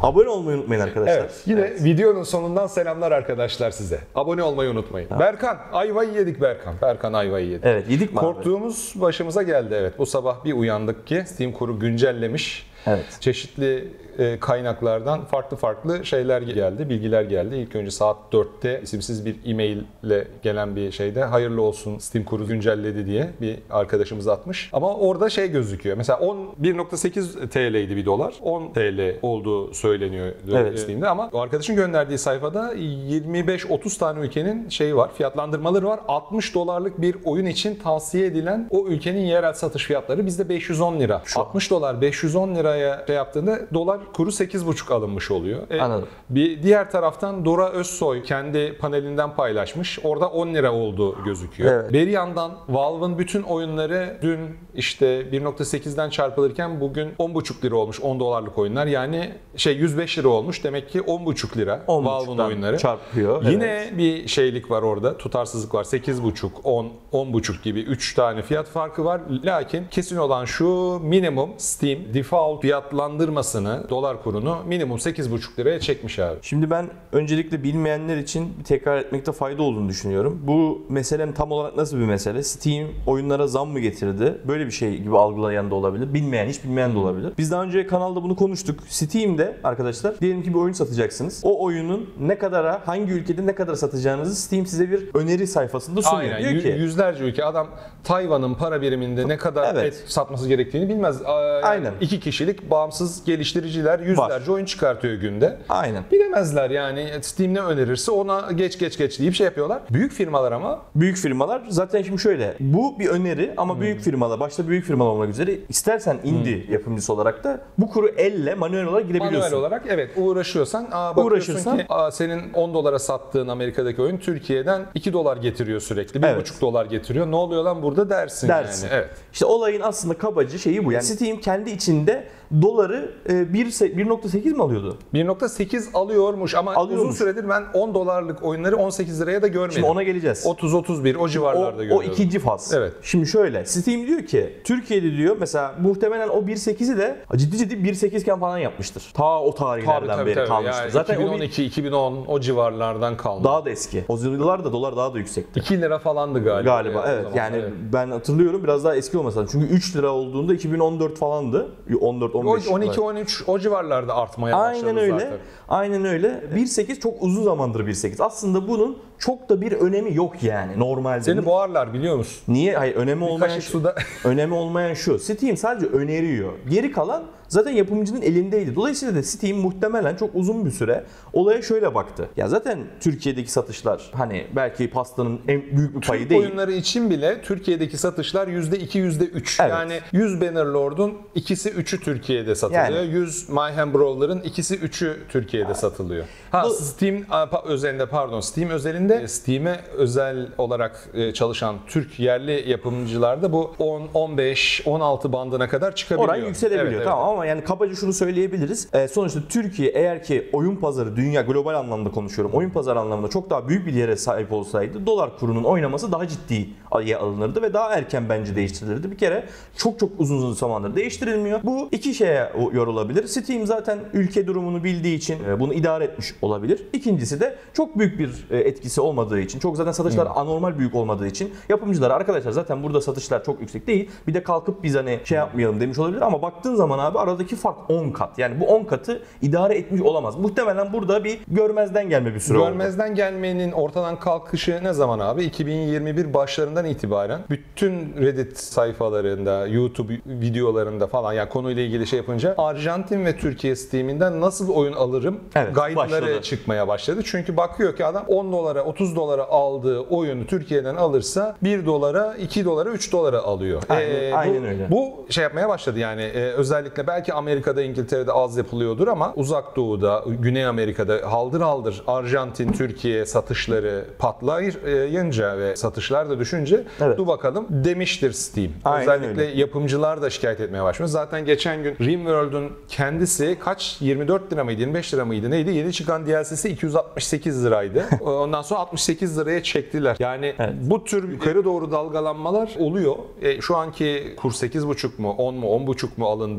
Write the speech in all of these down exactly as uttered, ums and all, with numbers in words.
Abone olmayı unutmayın arkadaşlar. Evet. Yine evet. videonun sonundan selamlar arkadaşlar size. Abone olmayı unutmayın. Ha. Berkan, ayvayı yedik Berkan. Berkan ayvayı yedik. Evet, yedik mi Korktuğumuz abi? Başımıza geldi evet. Bu sabah bir uyandık ki Steam kuru güncellemiş. Evet. Çeşitli e, kaynaklardan farklı farklı şeyler geldi, bilgiler geldi. İlk önce saat dörtte isimsiz bir e-mail ile gelen bir şeyde hayırlı olsun Steam kuru güncelledi diye bir arkadaşımız atmış. Ama orada şey gözüküyor. Mesela on bir nokta sekiz T L'ydi bir dolar. on T L olduğu söyleniyor evet. Steam'de ama o arkadaşın gönderdiği sayfada yirmi beş otuz tane ülkenin şeyi var, fiyatlandırmaları var. altmış dolarlık bir oyun için tavsiye edilen o ülkenin yerel satış fiyatları bizde beş yüz on lira. Şu altmış dolar beş yüz on liraya şey yaptığında dolar kuru sekiz buçuk alınmış oluyor. E, Anladım. Bir diğer taraftan Dora Özsoy kendi panelinden paylaşmış. Orada on lira olduğu gözüküyor. Evet. Bir yandan Valve'ın bütün oyunları dün işte bir nokta sekizden çarpılırken bugün on buçuk lira olmuş on dolarlık oyunlar. Yani şey yüz beş lira olmuş. Demek ki on buçuk lira Valve'ın oyunları. Çarpıyor. Yine evet. bir şeylik var orada. Tutarsızlık var. sekiz buçuk, on, on buçuk gibi üç tane fiyat farkı var. Lakin kesin olan şu: minimum Steam default fiyatlandırmasını, dolar kurunu minimum sekiz buçuk liraya çekmiş abi. Şimdi ben öncelikle bilmeyenler için bir tekrar etmekte fayda olduğunu düşünüyorum. Bu meselenin tam olarak nasıl bir mesele? Steam oyunlara zam mı getirdi? Böyle bir şey gibi algılayan da olabilir. Bilmeyen, hiç bilmeyen de olabilir. Biz daha önce kanalda bunu konuştuk. Steam'de arkadaşlar diyelim ki bir oyun satacaksınız. O oyunun ne kadara, hangi ülkede ne kadar satacağınızı Steam size bir öneri sayfasında sunuyor. Aynen. Diyor ki, yüzlerce ülke. Adam Tayvan'ın para biriminde ne kadar evet. et satması gerektiğini bilmez. Yani Aynen. İki kişilik bağımsız geliştiriciler yüzlerce var. Oyun çıkartıyor günde. Aynen. Bilemezler yani. Steam ne önerirse ona geç geç geç deyip şey yapıyorlar. Büyük firmalar ama. Büyük firmalar zaten şimdi şöyle. Bu bir öneri ama hmm. büyük firmalar, başta büyük firmalar olmak üzere, istersen indie hmm. yapımcısı olarak da bu kuru elle manuel olarak girebiliyorsun. Manuel olarak evet, uğraşıyorsan aa, bakıyorsun ki aa, senin on dolara sattığın Amerika'daki oyun Türkiye'den iki dolar getiriyor sürekli. bir buçuk evet. dolar getiriyor. Ne oluyor lan burada dersin, dersin. Yani. Evet. İşte olayın aslında kabaca şeyi bu. Yani Steam kendi içinde doları bir nokta sekiz mi alıyordu? bir nokta sekiz alıyormuş ama alıyormuş. Uzun süredir ben on dolarlık oyunları on sekiz liraya da görmedim. Şimdi ona geleceğiz. otuz otuz bir o civarlarda o, görüyorum. O ikinci faz. Evet. Şimdi şöyle, Steam diyor ki Türkiye'de diyor mesela muhtemelen o bir nokta sekizi de ciddi ciddi bir nokta sekiz iken falan yapmıştır. Ta o tarihlerden tabii, tabii, beri tabii. kalmıştır. Yani zaten iki bin on iki iki bin on o civarlardan kaldı. Daha da eski. O yıllarda dolar daha da yüksekti. iki lira falandı galiba. Galiba yani, evet. Yani evet. Ben hatırlıyorum biraz daha eski olmasa lazım. Çünkü üç lira olduğunda iki bin on dört falandı. on dört on beş. on iki on üç o civarlarda artmaya başladı Aynen öyle. zaten. Aynen öyle. bir nokta sekiz çok uzun zamandır bir nokta sekiz. Aslında bunun çok da bir önemi yok yani normalde. Seni boğarlar biliyor musun? Niye? Hayır, önemi bir olmayan şu. Suda... önemi olmayan şu. Steam sadece öneriyor. Geri kalan zaten yapımcının elindeydi. Dolayısıyla da Steam muhtemelen çok uzun bir süre olaya şöyle baktı. Ya zaten Türkiye'deki satışlar hani belki pastanın en büyük bir payı Türk değil. oyunları için bile Türkiye'deki satışlar yüzde iki yüzde üç. Evet. Yani yüz Bannerlord'un ikisi üçü Türkiye'de satılıyor. Yani. yüz Mayhem Brawler'ın ikisi üçü Türkiye'de yani. satılıyor. Ha Bu... Steam özelinde pardon Steam özelinde Steam'e özel olarak çalışan Türk yerli yapımcılarda bu on on beş on altı bandına kadar çıkabiliyor. Oran yükselebiliyor. Evet, tamam evet. Ama yani kabaca şunu söyleyebiliriz. Ee, sonuçta Türkiye eğer ki oyun pazarı, dünya global anlamda konuşuyorum, oyun pazarı anlamında çok daha büyük bir yere sahip olsaydı dolar kurunun oynaması daha ciddiye alınırdı ve daha erken bence değiştirilirdi. Bir kere çok çok uzun zamandır değiştirilmiyor. Bu iki şeye yorulabilir. Steam zaten ülke durumunu bildiği için bunu idare etmiş olabilir. İkincisi de çok büyük bir etkisi olmadığı için, çok zaten satışlar hmm. anormal büyük olmadığı için yapımcılar arkadaşlar zaten burada satışlar çok yüksek değil. Bir de kalkıp biz hani şey yapmayalım demiş olabilir ama baktığın zaman abi aradaki fark on kat. Yani bu on katı idare etmiş olamaz. Muhtemelen burada bir görmezden gelme bir süre Görmezden oldu. gelmenin ortadan kalkışı ne zaman abi? iki bin yirmi bir başlarından itibaren bütün Reddit sayfalarında, YouTube videolarında falan yani konuyla ilgili şey yapınca Arjantin ve Türkiye Steam'inden nasıl oyun alırım evet, guide'ları çıkmaya başladı. Çünkü bakıyor ki adam on dolara otuz dolara aldığı oyunu Türkiye'den alırsa bir dolara iki dolara üç dolara alıyor. Aynen, ee, aynen bu, öyle. Bu şey yapmaya başladı yani e, özellikle belki Amerika'da, İngiltere'de az yapılıyordur ama Uzak Doğu'da, Güney Amerika'da haldır haldır Arjantin, Türkiye satışları patlayınca ve satışlar da düşünce evet. dur bakalım demiştir Steam. Aynen özellikle öyle. Yapımcılar da şikayet etmeye başlamış. Zaten geçen gün RimWorld'un kendisi kaç yirmi dört lira mıydı, yirmi beş lira mıydı neydi? Yeni çıkan D L C'si iki yüz altmış sekiz liraydı. Ondan sonra altmış sekiz liraya çektiler. Yani evet. bu tür yukarı doğru dalgalanmalar oluyor. E, şu anki kur sekiz buçuk mu, on mu, on buçuk mu alındı belirsiz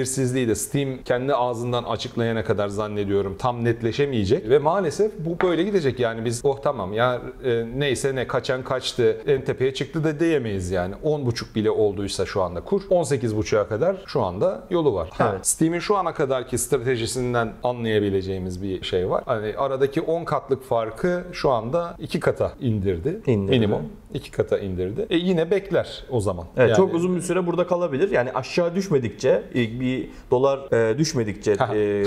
belirsizliği de Steam kendi ağzından açıklayana kadar zannediyorum tam netleşemeyecek ve maalesef bu böyle gidecek. Yani biz oh tamam ya e, neyse ne kaçan kaçtı, en tepeye çıktı da diyemeyiz yani. on buçuk bile olduysa şu anda kur, on sekiz buçuğa kadar şu anda yolu var. Ha, Evet. Steam'in şu ana kadarki stratejisinden anlayabileceğimiz bir şey var. Hani aradaki on katlık farkı şu anda iki kata indirdi. İndirdi. Minimum iki kata indirdi. E yine bekler o zaman. Evet, Yani- çok uzun bir süre burada kalabilir. Yani aşağı düşmedikçe, bir dolar e, düşmedikçe e,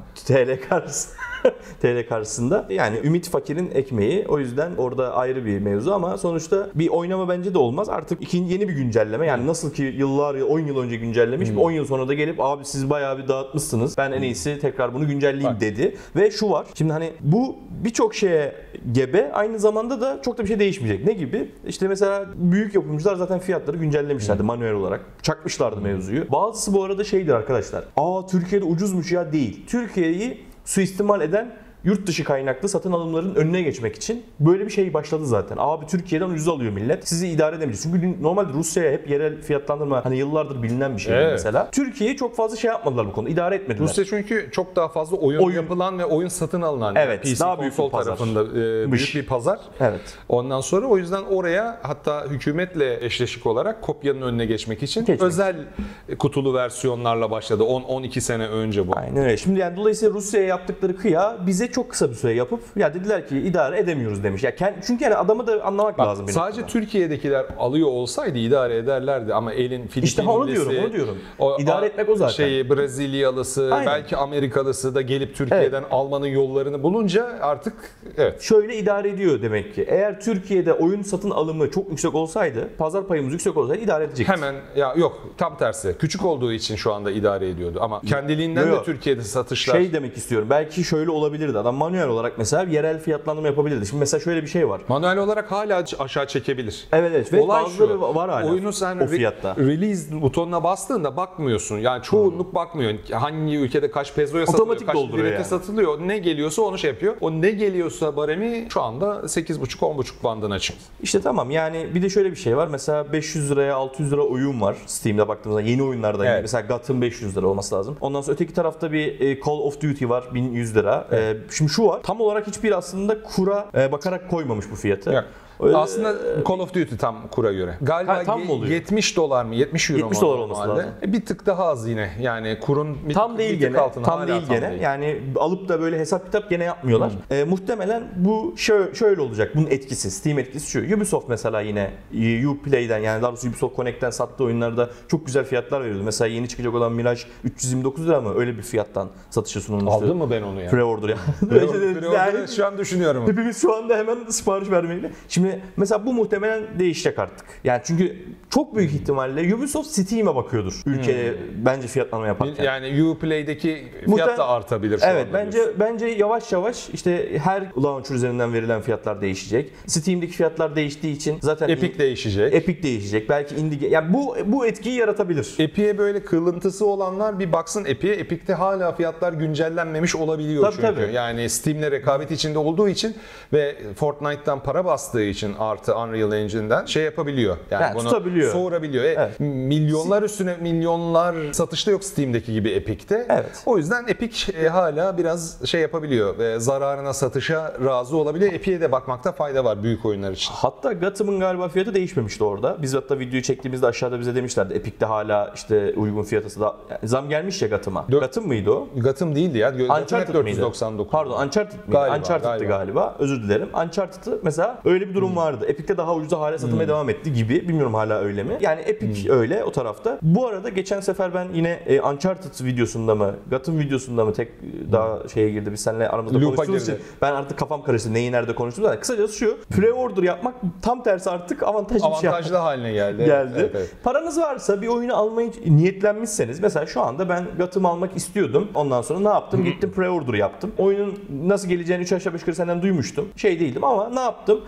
T L karşısında T L karşısında yani ümit fakirin ekmeği. O yüzden orada ayrı bir mevzu ama sonuçta bir oynama bence de olmaz. Artık ikinci yeni bir güncelleme. Yani nasıl ki yıllar on yıl önce güncellemiş, Hmm. on yıl sonra da gelip abi siz bayağı bir dağıtmışsınız. Ben en iyisi tekrar bunu güncelleyeyim Bak. dedi. Ve şu var. Şimdi hani bu birçok şeye gebe, aynı zamanda da çok da bir şey değişmeyecek. Ne gibi? İşte mesela büyük yapımcılar zaten fiyatları güncellemişlerdi manuel olarak. Çakmışlardı mevzuyu. Bazısı bu arada şeydir arkadaşlar. Aa Türkiye'de ucuzmuş ya, değil. Türkiye'yi suistimal eden yurt dışı kaynaklı satın alımların önüne geçmek için böyle bir şey başladı zaten. Abi Türkiye'den ucuz alıyor millet. Sizi idare edemeyeceğiz. Çünkü normalde Rusya'ya hep yerel fiyatlandırma hani yıllardır bilinen bir şey Evet. mesela. Türkiye'yi çok fazla şey yapmadılar bu konuda. İdare etmediler. Rusya çünkü çok daha fazla oyun, Oyun- yapılan ve oyun satın alınan Evet, P C daha büyük bir konsol pazar. tarafında e, büyük bir pazar. Evet. Ondan sonra o yüzden oraya hatta hükümetle eşleşik olarak kopyanın önüne geçmek için Geçmek. özel kutulu versiyonlarla başladı. on on iki sene önce bu. Aynen öyle. Şimdi yani dolayısıyla Rusya'ya yaptıkları kıya bize çok kısa bir süre yapıp ya dediler ki idare edemiyoruz demiş. Ya kend- çünkü yani adamı da anlamak Bak, lazım. bir sadece noktada. Türkiye'dekiler alıyor olsaydı idare ederlerdi ama elin Filipinlisi, İşte onu diyorum, onu diyorum. o- İdare a- etmek o zaten. Şeyi Brezilyalısı, Aynen. belki Amerikalısı da gelip Türkiye'den almanın yollarını bulunca artık evet. Şöyle idare ediyor demek ki. Eğer Türkiye'de oyun satın alımı çok yüksek olsaydı, pazar payımız yüksek olsaydı idare edecekti. Hemen ya yok tam tersi. Küçük olduğu için şu anda idare ediyordu ama kendiliğinden Yo, yo. de Türkiye'de satışlar Şey demek istiyorum. Belki şöyle olabilirdi. Adam manuel olarak mesela yerel fiyatlandırma yapabilirdi. Şimdi mesela şöyle bir şey var. manuel olarak hala aşağı çekebilir. Evet evet. Ve Olay bazıları şu, var hala. oyunu sen o re- fiyatta. release butonuna bastığında bakmıyorsun. Yani çoğunluk bakmıyor. Hangi ülkede kaç pezoya satılıyor, Otomatik kaç dolduruyor lirete yani. satılıyor. Ne geliyorsa onu şey yapıyor. O ne geliyorsa baremi şu anda sekiz buçuk on buçuk bandına çıktı. İşte tamam yani bir de şöyle bir şey var. Mesela beş yüz liraya altı yüz lira oyun var Steam'de baktığımızda yeni oyunlardan. Evet. Mesela Gotham beş yüz lira olması lazım. Ondan sonra öteki tarafta bir e, Call of Duty var bin yüz lira. E, şimdi şu var. Tam olarak hiçbir aslında kura e, bakarak koymamış bu fiyatı. Yok. Öyle- Aslında Call of Duty tam kura göre. Galiba Ha, tam mı oluyor? yetmiş dolar mı? yetmiş euro yetmiş mu dolar olması normalde? lazım. E, Bir tık daha az yine. Yani kurun bir Tam tık, değil bir tık gene. altında. Tam Hala değil gene. Yani alıp da böyle hesap kitap gene yapmıyorlar. Hmm. E, muhtemelen bu şöyle, şöyle olacak. Bunun etkisi, Steam etkisi şu. Ubisoft mesela yine e, Uplay'den yani daha doğrusu Ubisoft Connect'ten sattığı oyunlarda çok güzel fiyatlar veriyordu. Mesela yeni çıkacak olan Mirage üç yüz yirmi dokuz lira mı? Öyle bir fiyattan satışa sunulmuştu. Aldın mı ben onu ya? Pre-order ya. Pre-order'ı şu an düşünüyorum. Hepimiz şu anda hemen sipariş vermekle. Şimdi mesela bu muhtemelen değişecek artık. Yani çünkü çok büyük ihtimalle Ubisoft Steam'e bakıyordur. Ülkeye bence fiyatlanma yaparken. Yani Uplay'deki fiyat Muhtem- da artabilir şu Evet anda bence diyorsun. bence yavaş yavaş işte her launcher üzerinden verilen fiyatlar değişecek. Steam'deki fiyatlar değiştiği için zaten Epic değişecek. Epic değişecek. Belki indie yani bu bu etkiyi yaratabilir. Epic'e böyle kılıntısı olanlar bir baksın Epic'e. Epic'te hala fiyatlar güncellenmemiş olabiliyor Tabii, çünkü. tabii. Yani Steam'le rekabet içinde olduğu için ve Fortnite'tan para bastığı için artı Unreal Engine'den şey yapabiliyor. Yani, Yani bunu tutabiliyor. soğurabiliyor. E, Evet. Milyonlar üstüne milyonlar satışta yok Steam'deki gibi Epic'te. Evet. O yüzden Epic e, hala biraz şey yapabiliyor ve zararına satışa razı olabiliyor. Epic'e de bakmakta fayda var büyük oyunlar için. Hatta Gotham'ın galiba fiyatı değişmemişti orada. Biz hatta videoyu çektiğimizde aşağıda bize demişlerdi. Epic'te hala işte uygun fiyatı da yani zam gelmiş ya Gotham'a. Dö- Gotham mıydı o? Gotham değildi ya. Gotham hep Uncharted dört yüz mıydı? doksan dokuz. Pardon Uncharted mıydı? Galiba, Uncharted'tı galiba. galiba. Özür dilerim. Uncharted'ı mesela öyle bir durum Hmm. vardı. Epic'te daha ucuza hale satılmaya devam etti gibi. Bilmiyorum hala öyle mi? Yani Epic Hmm. öyle o tarafta. Bu arada geçen sefer ben yine e, Uncharted videosunda mı, Gotham videosunda mı tek daha şeye girdi. Biz seninle aramızda Loop'a konuştuğumuz için girdi. ben artık kafam karıştı. Neyi nerede konuştuğumuz. Yani kısacası şu. Pre-order yapmak tam tersi artık avantajlı bir şey. Avantajlı haline geldi. geldi. Evet, evet. Paranız varsa bir oyunu almayı niyetlenmişseniz mesela şu anda ben Gotham almak istiyordum. Ondan sonra ne yaptım? Gittim pre-order yaptım. Oyunun nasıl geleceğini üç aşağı beş yukarı senden duymuştum. Şey değildim ama ne yaptım? Dedim ki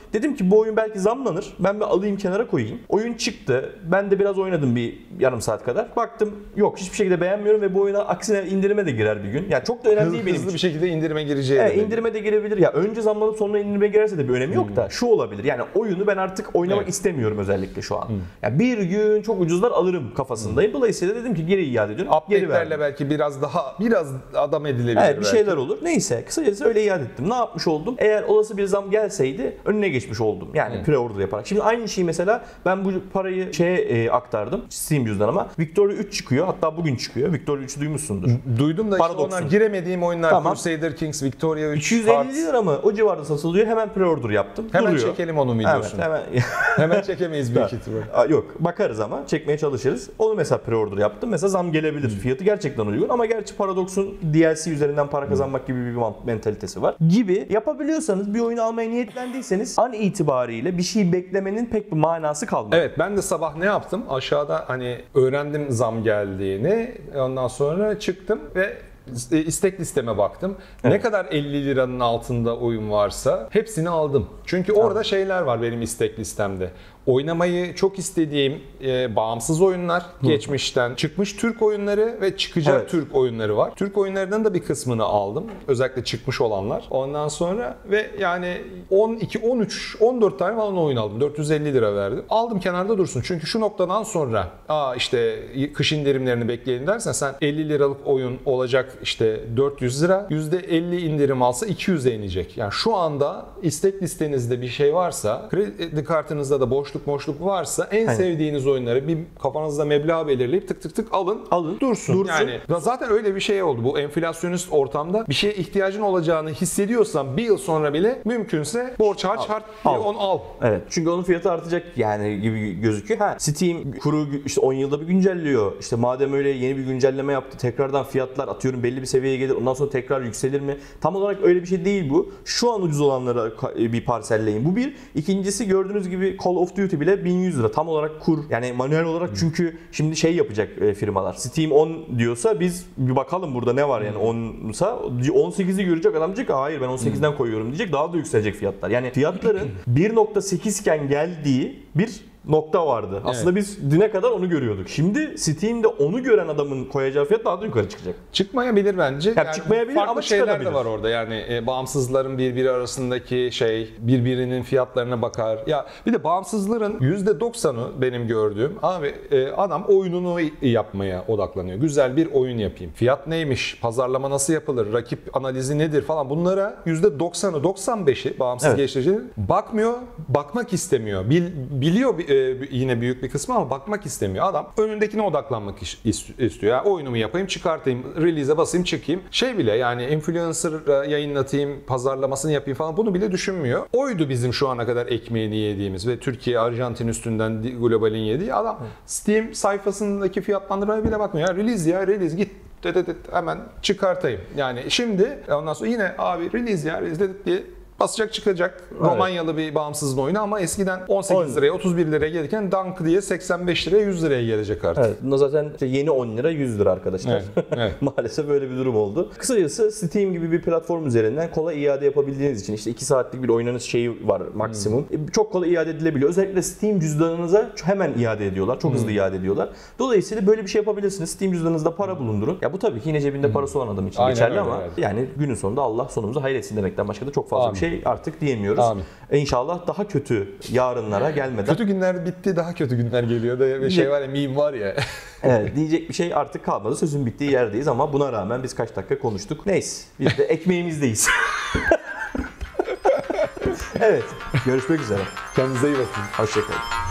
ki bu oyun belki zamlanır. Ben bir alayım kenara koyayım. Oyun çıktı. Ben de biraz oynadım bir yarım saat kadar. Baktım yok hiçbir şekilde beğenmiyorum ve bu oyuna aksine indirime de girer bir gün. Yani çok da önemli Hızlı, değil benim hızlı için. bir şekilde indirime gireceği. Evet, de indirime de girebilir. Ya önce zamlanıp sonra indirime girerse de bir önemi yok da şu olabilir. Yani oyunu ben artık oynamak Evet. istemiyorum özellikle şu an. Yani bir gün çok ucuzlar alırım kafasındayım. Dolayısıyla dedim ki geri iade ediyorum. Geri Update'lerle verdim. belki biraz daha biraz adam edilebilir. Evet bir belki. şeyler olur. Neyse kısacası öyle iade ettim. Ne yapmış oldum? Eğer olası bir zam gelseydi önüne geçmiş oldum. Yani pre-order yaparak. Şimdi aynı şeyi mesela ben bu parayı şeye e, aktardım. Steam cüzdanıma. Victoria üç çıkıyor. Hatta bugün çıkıyor. Victoria üçü duymuşsundur. Duydum da işte Paradox'un. onlar giremediğim oyunlar. Tamam. Crusader Kings, Victoria üç, iki yüz elli Hearts. lira mı? O civarda satılıyor. Hemen pre-order yaptım. Hemen Duruyor. çekelim onun Evet, videosunu. hemen. Hemen çekemeyiz büyük ihtimal. Aa, yok bakarız ama çekmeye çalışırız. Onu mesela pre-order yaptım. Mesela zam gelebilir. Fiyatı gerçekten uygun ama gerçi Paradox'un D L C üzerinden para kazanmak gibi bir mentalitesi var. Gibi yapabiliyorsanız bir oyunu almaya niyetlendiyseniz an itibariyle bir şey beklemenin pek bir manası kalmıyor. Evet ben de sabah ne yaptım? Aşağıda hani öğrendim zam geldiğini. Ondan sonra çıktım ve istek listeme baktım. Evet. Ne kadar elli liranın altında oyun varsa hepsini aldım. Çünkü orada şeyler var benim istek listemde. Oynamayı çok istediğim e, bağımsız oyunlar, Hı. geçmişten çıkmış Türk oyunları ve çıkacak Evet. Türk oyunları var. Türk oyunlarından da bir kısmını aldım. Özellikle çıkmış olanlar. Ondan sonra ve yani on iki, on üç, on dört tane falan oyun aldım. dört yüz elli lira verdim. Aldım kenarda dursun. Çünkü şu noktadan sonra aa işte kış indirimlerini bekleyelim dersen sen elli liralık oyun olacak işte dört yüz lira. yüzde elli indirim alsa iki yüze inecek. Yani şu anda istek listenizde bir şey varsa, kredi kartınızda da boşluk boşluk varsa en Aynen. sevdiğiniz oyunları bir kafanızda meblağ belirleyip tık tık tık alın. Alın. Dursun. Dursun. Yani zaten öyle bir şey oldu. Bu enflasyonist ortamda bir şeye ihtiyacın olacağını hissediyorsan bir yıl sonra bile mümkünse borç harç Al. harç diye Al. onu al. Evet. Çünkü onun fiyatı artacak yani gibi gözüküyor. Ha Steam kuru işte on yılda bir güncelliyor. İşte madem öyle yeni bir güncelleme yaptı. Tekrardan fiyatlar atıyorum belli bir seviyeye gelir. Ondan sonra tekrar yükselir mi? Tam olarak öyle bir şey değil bu. Şu an ucuz olanlara bir parselleyin. Bu bir. İkincisi gördüğünüz gibi Call of Duty bile bin yüz lira. Tam olarak kur. Yani manuel olarak çünkü şimdi şey yapacak e, firmalar. Steam on diyorsa biz bir bakalım burada ne var yani onsa on sekizi görecek adam diyecek ki hayır ben on sekizden koyuyorum diyecek. Daha da yükselecek fiyatlar. Yani fiyatların bir nokta sekiz iken geldiği bir nokta vardı. Aslında Evet. biz düne kadar onu görüyorduk. Şimdi Steam'de onu gören adamın koyacağı fiyat daha da yukarı çıkacak. Çıkmayabilir bence. Ya çıkmayabilir farklı ama şeyler çıkabilir. de var orada. Yani e, bağımsızların birbiri arasındaki şey, birbirinin fiyatlarına bakar. Ya bir de bağımsızların yüzde doksanı benim gördüğüm abi e, adam oyununu yapmaya odaklanıyor. Güzel bir oyun yapayım. Fiyat neymiş? Pazarlama nasıl yapılır? Rakip analizi nedir falan. Bunlara yüzde doksanı doksan beşi bağımsız Evet. geliştiricilerin bakmıyor, bakmak istemiyor. Bil, biliyor e, yine büyük bir kısmı ama bakmak istemiyor. Adam önündekine odaklanmak iş- istiyor. Yani oyunumu yapayım, çıkartayım, release'e basayım, çıkayım. Şey bile yani influencer yayınlatayım, pazarlamasını yapayım falan bunu bile düşünmüyor. Oydu bizim şu ana kadar ekmeğini yediğimiz ve Türkiye, Arjantin üstünden globalin yediği adam Steam sayfasındaki fiyatlandırmaya bile bakmıyor. Ya release ya release git. Dedet hemen çıkartayım. Yani şimdi ondan sonra yine abi release ya release dedet diye basacak çıkacak. Evet. Romanyalı bir bağımsızın oyunu ama eskiden on sekiz liraya otuz bir liraya gelirken Dunk diye seksen beş liraya yüz liraya gelecek artık. Evet. Bunda zaten işte yeni on lira yüz lira arkadaşlar. Evet, evet. Maalesef böyle bir durum oldu. Kısacası Steam gibi bir platform üzerinden kolay iade yapabildiğiniz için işte iki saatlik bir oynanış şeyi var maksimum. Hmm. Çok kolay iade edilebiliyor. Özellikle Steam cüzdanınıza hemen iade ediyorlar. Çok hızlı Hmm. iade ediyorlar. Dolayısıyla böyle bir şey yapabilirsiniz. Steam cüzdanınızda para bulundurun. Ya bu tabii ki yine cebinde parası olan adam için Hmm. Aynen geçerli öyle, ama evet. yani günün sonunda Allah sonumuzu hayretsin demekten başka da çok fazla Amin. bir şey artık diyemiyoruz. Amin. İnşallah daha kötü yarınlara gelmeden. Kötü günler bitti, daha kötü günler geliyor da bir şey var ya, meme var ya. Evet, diyecek bir şey artık kalmadı. Sözün bittiği yerdeyiz ama buna rağmen biz kaç dakika konuştuk. Neyse, biz de ekmeğimizdeyiz. Evet, görüşmek üzere. Kendinize iyi bakın. Hoşçakalın.